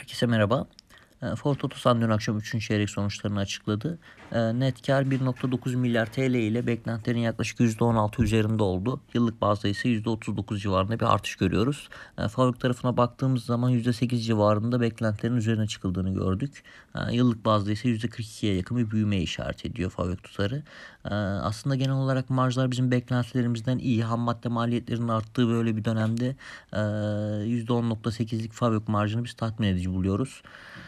Herkese merhaba. Ford Otosan dün akşam 3. çeyrek sonuçlarını açıkladı. Net kar 1,9 milyar TL ile beklentilerin yaklaşık %16 üzerinde oldu. Yıllık bazda ise %39 civarında bir artış görüyoruz. Fabrik tarafına baktığımız zaman %8 civarında beklentilerin üzerine çıkıldığını gördük. Yıllık bazda ise %42'ye yakın bir büyümeye işaret ediyor fabrik tutarı. Aslında genel olarak marjlar bizim beklentilerimizden iyi. Ham madde maliyetlerinin arttığı böyle bir dönemde %10,8'lik fabrik marjını biz tatmin edici buluyoruz.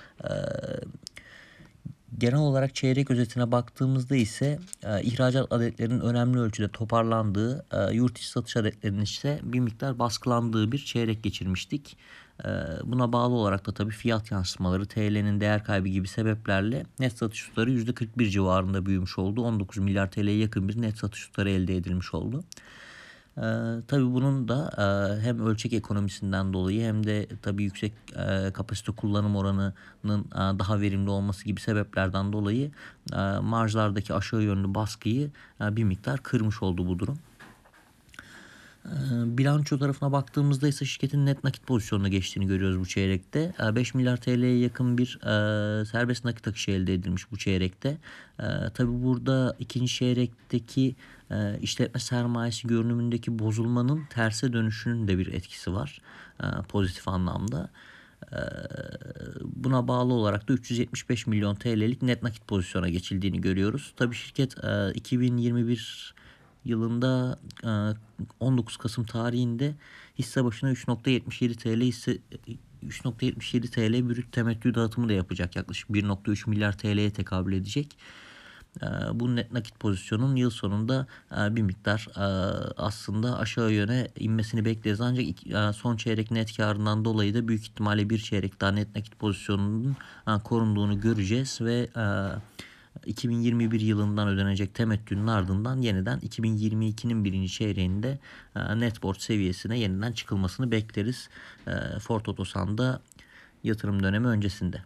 Genel olarak çeyrek özetine baktığımızda ise ihracat adetlerinin önemli ölçüde toparlandığı, yurt içi satış adetlerinin ise bir miktar baskılandığı bir çeyrek geçirmiştik. Buna bağlı olarak da tabii fiyat yansımaları, TL'nin değer kaybı gibi sebeplerle net satış tutarı %41 civarında büyümüş oldu. 19 milyar TL'ye yakın bir net satış tutarı elde edilmiş oldu. Tabii bunun da hem ölçek ekonomisinden dolayı hem de tabii yüksek kapasite kullanım oranının daha verimli olması gibi sebeplerden dolayı marjlardaki aşağı yönlü baskıyı bir miktar kırmış oldu bu durum. Bilanço tarafına baktığımızda ise şirketin net nakit pozisyonuna geçtiğini görüyoruz bu çeyrekte. 5 milyar TL'ye yakın bir serbest nakit akışı elde edilmiş bu çeyrekte. Tabii burada ikinci çeyrekteki işletme sermayesi görünümündeki bozulmanın terse dönüşünün de bir etkisi var pozitif anlamda. Buna bağlı olarak da 375 milyon TL'lik net nakit pozisyona geçildiğini görüyoruz. Tabii şirket 2021 yılında 19 Kasım tarihinde hisse başına 3,77 TL 3,77 TL brüt temettü dağıtımı da yapacak. Yaklaşık 1,3 milyar TL'ye tekabül edecek. Bu net nakit pozisyonun yıl sonunda bir miktar aslında aşağı yöne inmesini bekleriz. Ancak son çeyrek net karından dolayı da büyük ihtimalle bir çeyrek daha net nakit pozisyonunun korunduğunu göreceğiz ve 2021 yılından ödenecek temettünün ardından yeniden 2022'nin birinci çeyreğinde net borç seviyesine yeniden çıkılmasını bekleriz Ford Otosan'da yatırım dönemi öncesinde.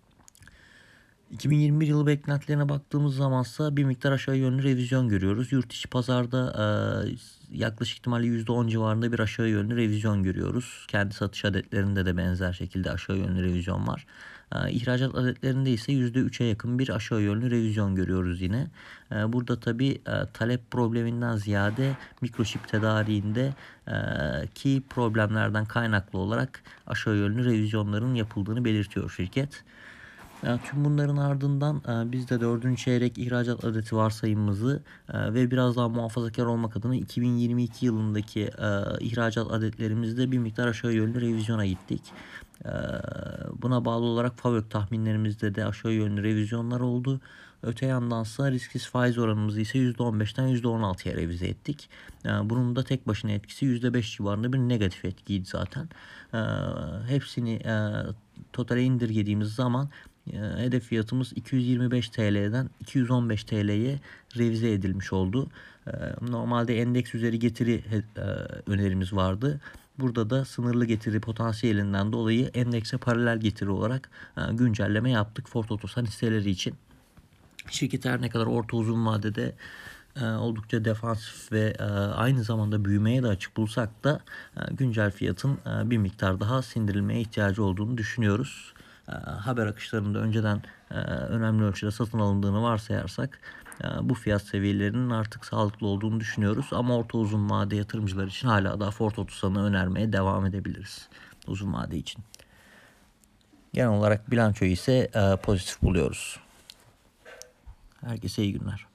2021 yılı beklentilerine baktığımız zamansa bir miktar aşağı yönlü revizyon görüyoruz. Yurt içi pazarda yaklaşık ihtimalle %10 civarında bir aşağı yönlü revizyon görüyoruz. Kendi satış adetlerinde de benzer şekilde aşağı yönlü revizyon var. İhracat adetlerinde ise %3'e yakın bir aşağı yönlü revizyon görüyoruz yine. Burada tabii talep probleminden ziyade mikroçip tedariğinde ki problemlerden kaynaklı olarak aşağı yönlü revizyonların yapıldığını belirtiyor şirket. Tüm bunların ardından biz de 4. çeyrek ihracat adeti varsayımımızı ve biraz daha muhafazakar olmak adına 2022 yılındaki ihracat adetlerimizde bir miktar aşağı yönlü revizyona gittik. Buna bağlı olarak fabrik tahminlerimizde de aşağı yönlü revizyonlar oldu. Öte yandansa risksiz faiz oranımızı ise %15'ten %16'ya revize ettik. Bunun da tek başına etkisi %5 civarında bir negatif etkiydi zaten. Hepsini totale indirgediğimiz zaman hedef fiyatımız 225 TL'den 215 TL'ye revize edilmiş oldu. Normalde endeks üzeri getiri önerimiz vardı. Burada da sınırlı getiri potansiyelinden dolayı endekse paralel getiri olarak güncelleme yaptık Ford Otosan hisseleri için. Şirket her ne kadar orta uzun vadede oldukça defansif ve aynı zamanda büyümeye de açık bulsak da güncel fiyatın bir miktar daha sindirilmeye ihtiyacı olduğunu düşünüyoruz. Haber akışlarında önceden önemli ölçüde satın alındığını varsayarsak bu fiyat seviyelerinin artık sağlıklı olduğunu düşünüyoruz. Ama orta uzun vade yatırımcılar için hala daha Ford Otosan'ı önermeye devam edebiliriz uzun vade için. Genel olarak bilançoyu ise pozitif buluyoruz. Herkese iyi günler.